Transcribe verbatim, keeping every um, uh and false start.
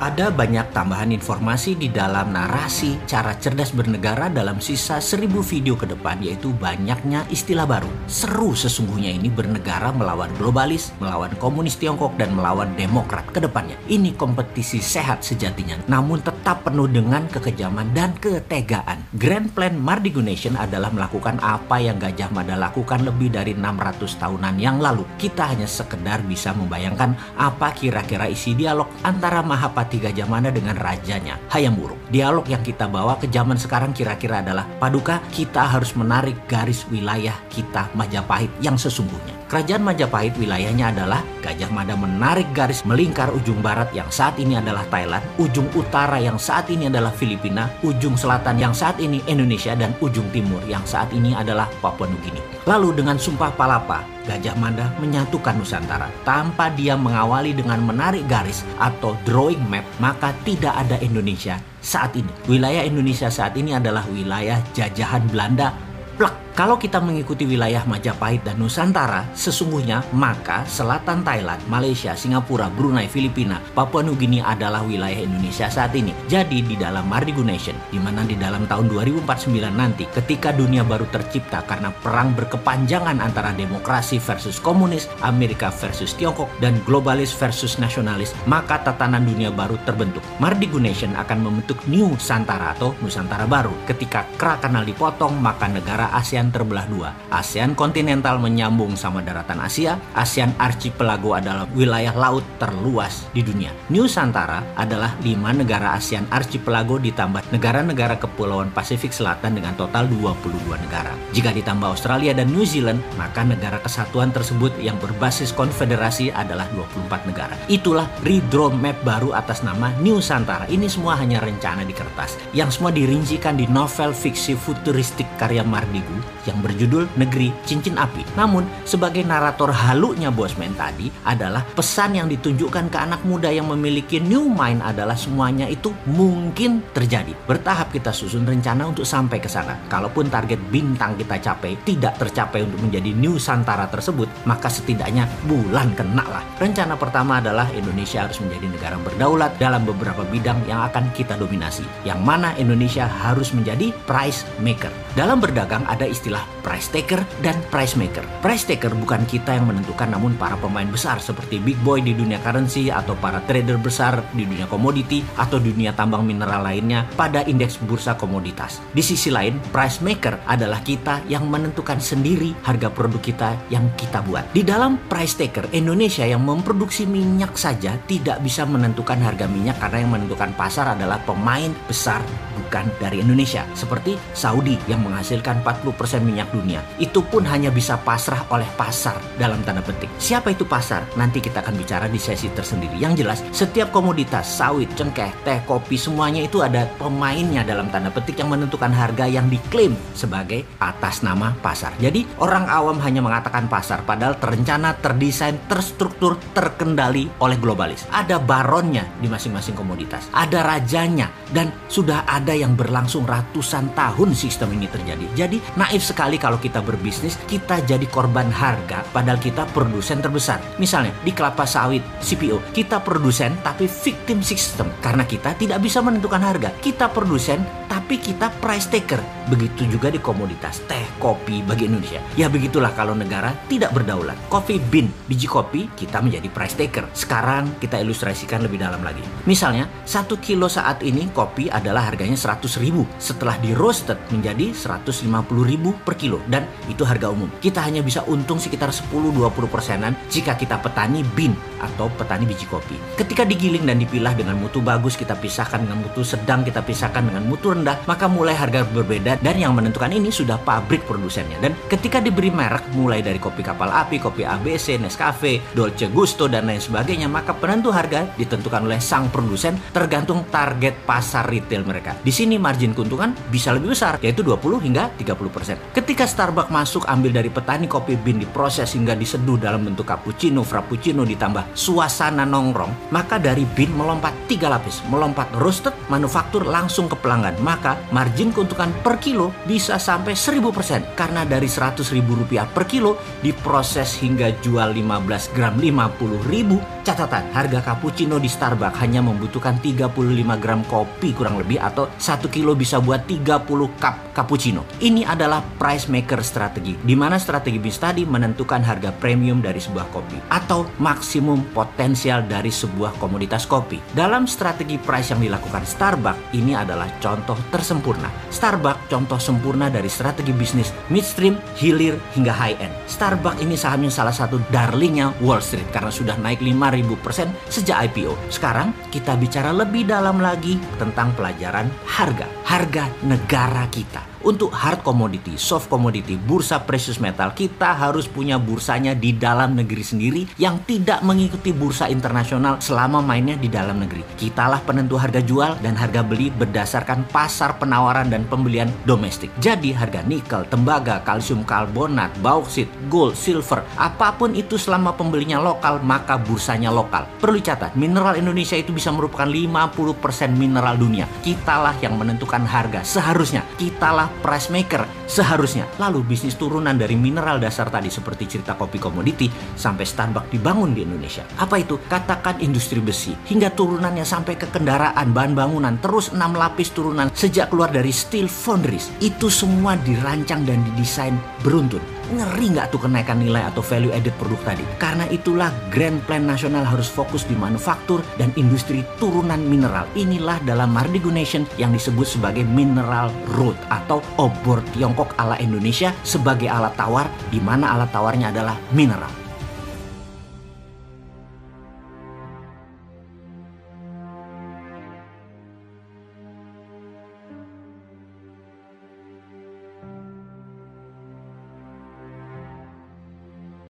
Ada banyak tambahan informasi di dalam narasi cara cerdas bernegara dalam sisa seribu video ke depan, yaitu banyaknya istilah baru. Seru sesungguhnya ini bernegara melawan globalis, melawan komunis Tiongkok, dan melawan demokrat ke depannya. Ini kompetisi sehat sejatinya, namun tetap penuh dengan kekejaman dan ketegaan. Grand Plan Mardigu Nation adalah melakukan apa yang Gajah Mada lakukan lebih dari enam ratus tahunan yang lalu. Kita hanya sekedar bisa membayangkan apa kira-kira isi dialog antara Mahapati Gajah Mada dengan rajanya Hayam Wuruk. Dialog yang kita bawa ke zaman sekarang kira-kira adalah, Paduka, kita harus menarik garis wilayah kita Majapahit yang sesungguhnya. Kerajaan Majapahit wilayahnya adalah Gajah Mada menarik garis melingkar ujung barat yang saat ini adalah Thailand, ujung utara yang saat ini adalah Filipina, ujung selatan yang saat ini Indonesia, dan ujung timur yang saat ini adalah Papua Nugini. Lalu dengan Sumpah Palapa, Gajah Mada menyatukan Nusantara. Tanpa dia mengawali dengan menarik garis atau drawing map, maka tidak ada Indonesia saat ini. Wilayah Indonesia saat ini adalah wilayah jajahan Belanda. Plek. Kalau kita mengikuti wilayah Majapahit dan Nusantara, sesungguhnya maka selatan Thailand, Malaysia, Singapura, Brunei, Filipina, Papua Nugini adalah wilayah Indonesia saat ini. Jadi di dalam Mardigu Nation, di mana di dalam tahun dua ribu empat puluh sembilan nanti, ketika dunia baru tercipta karena perang berkepanjangan antara demokrasi versus komunis, Amerika versus Tiongkok, dan globalis versus nasionalis, maka tatanan dunia baru terbentuk. Mardigu Nation akan membentuk New Nusantara atau Nusantara baru. Ketika kerak kanal dipotong, maka negara ASEAN terbelah dua. ASEAN kontinental menyambung sama daratan Asia. ASEAN Archipelago adalah wilayah laut terluas di dunia. Nusantara adalah lima negara ASEAN Archipelago ditambah negara-negara kepulauan Pasifik Selatan dengan total dua puluh dua negara. Jika ditambah Australia dan New Zealand, maka negara kesatuan tersebut yang berbasis konfederasi adalah dua puluh empat negara. Itulah redraw map baru atas nama Nusantara. Ini semua hanya rencana di kertas, yang semua dirincikan di novel fiksi futuristik karya Mardigu yang berjudul Negeri Cincin Api. Namun, sebagai narator halunya Bosman tadi adalah pesan yang ditunjukkan ke anak muda yang memiliki new mind adalah semuanya itu mungkin terjadi. Bertahap kita susun rencana untuk sampai ke sana. Kalaupun target bintang kita capai tidak tercapai untuk menjadi Nusantara tersebut, maka setidaknya bulan kena lah. Rencana pertama adalah Indonesia harus menjadi negara berdaulat dalam beberapa bidang yang akan kita dominasi. Yang mana Indonesia harus menjadi price maker. Dalam berdagang ada istilah price taker dan price maker. Price taker bukan kita yang menentukan, namun para pemain besar seperti big boy di dunia currency atau para trader besar di dunia komoditi atau dunia tambang mineral lainnya pada indeks bursa komoditas. Di sisi lain, price maker adalah kita yang menentukan sendiri harga produk kita yang kita buat. Di dalam price taker, Indonesia yang memproduksi minyak saja tidak bisa menentukan harga minyak karena yang menentukan pasar adalah pemain besar bukan dari Indonesia. Seperti Saudi yang menghasilkan empat puluh persen minyak dunia, itu pun hanya bisa pasrah oleh pasar dalam tanda petik. Siapa itu pasar? Nanti kita akan bicara di sesi tersendiri. Yang jelas, setiap komoditas, sawit, cengkeh, teh, kopi, semuanya itu ada pemainnya dalam tanda petik yang menentukan harga yang diklaim sebagai atas nama pasar. Jadi orang awam hanya mengatakan pasar, padahal terencana, terdesain, terstruktur, terkendali oleh globalis. Ada baronnya di masing-masing komoditas, ada rajanya, dan sudah ada yang berlangsung ratusan tahun sistem ini terjadi. Jadi naif sekali kalau kita berbisnis, kita jadi korban harga padahal kita produsen terbesar. Misalnya di kelapa sawit C P O, kita produsen tapi victim system karena kita tidak bisa menentukan harga. Kita produsen tapi kita price taker. Begitu juga di komoditas teh, kopi bagi Indonesia. Ya begitulah kalau negara tidak berdaulat. Coffee bean, biji kopi, kita menjadi price taker. Sekarang kita ilustrasikan lebih dalam lagi. Misalnya satu kilo saat ini kopi adalah harganya seratus ribu. Setelah di roasted menjadi seratus lima puluh ribu per kilo, dan itu harga umum. Kita hanya bisa untung sekitar sepuluh sampai dua puluh persenan jika kita petani bean atau petani biji kopi. Ketika digiling dan dipilah dengan mutu bagus, kita pisahkan dengan mutu sedang, kita pisahkan dengan mutu rendah, maka mulai harga berbeda, dan yang menentukan ini sudah pabrik produsennya. Dan ketika diberi merek mulai dari kopi kapal api, kopi A B C, Nescafe, Dolce Gusto, dan lain sebagainya, maka penentu harga ditentukan oleh sang produsen tergantung target pasar retail mereka. Di sini margin keuntungan bisa lebih besar, yaitu dua puluh hingga tiga puluh persen. Ketika Starbucks masuk ambil dari petani kopi bean, diproses hingga diseduh dalam bentuk cappuccino, frappuccino ditambah suasana nongkrong, maka dari bean melompat tiga lapis, melompat roasted, manufaktur langsung ke pelanggan. Maka margin keuntungan per kilo bisa sampai seribu persen karena dari seratus ribu rupiah per kilo diproses hingga jual lima belas gram lima puluh ribu. Catatan, harga cappuccino di Starbucks hanya membutuhkan tiga puluh lima gram kopi kurang lebih, atau satu kilo bisa buat tiga puluh cup cappuccino. Ini adalah price maker strategi, di mana strategi bisnis tadi menentukan harga premium dari sebuah kopi atau maksimum potensial dari sebuah komoditas kopi. Dalam strategi price yang dilakukan Starbucks, ini adalah contoh tersempurna. Starbucks contoh sempurna dari strategi bisnis midstream, hilir, hingga high end. Starbucks ini sahamnya salah satu darlingnya Wall Street karena sudah naik lima ribu persen sejak I P O. Sekarang kita bicara lebih dalam lagi tentang pelajaran harga. Harga negara kita. Untuk hard commodity, soft commodity, bursa precious metal, kita harus punya bursanya di dalam negeri sendiri yang tidak mengikuti bursa internasional selama mainnya di dalam negeri. Kitalah penentu harga jual dan harga beli berdasarkan pasar penawaran dan pembelian domestik. Jadi harga nikel, tembaga, kalsium karbonat, bauksit, gold, silver, apapun itu selama pembelinya lokal, maka bursanya lokal. Perlu dicatat, mineral Indonesia itu bisa merupakan lima puluh persen mineral dunia. Kitalah yang menentukan harga seharusnya. Kitalah price maker seharusnya. Lalu bisnis turunan dari mineral dasar tadi seperti cerita kopi komoditi sampai Starbucks dibangun di Indonesia. Apa itu? Katakan industri besi hingga turunannya sampai ke kendaraan, bahan bangunan, terus enam lapis turunan sejak keluar dari steel foundries. Itu semua dirancang dan didesain beruntun. Ngeri nggak tuh kenaikan nilai atau value added produk tadi? Karena itulah Grand Plan Nasional harus fokus di manufaktur dan industri turunan mineral. Inilah dalam Mardigunation yang disebut sebagai Mineral Road atau obor Tiongkok ala Indonesia sebagai alat tawar, di mana alat tawarnya adalah mineral.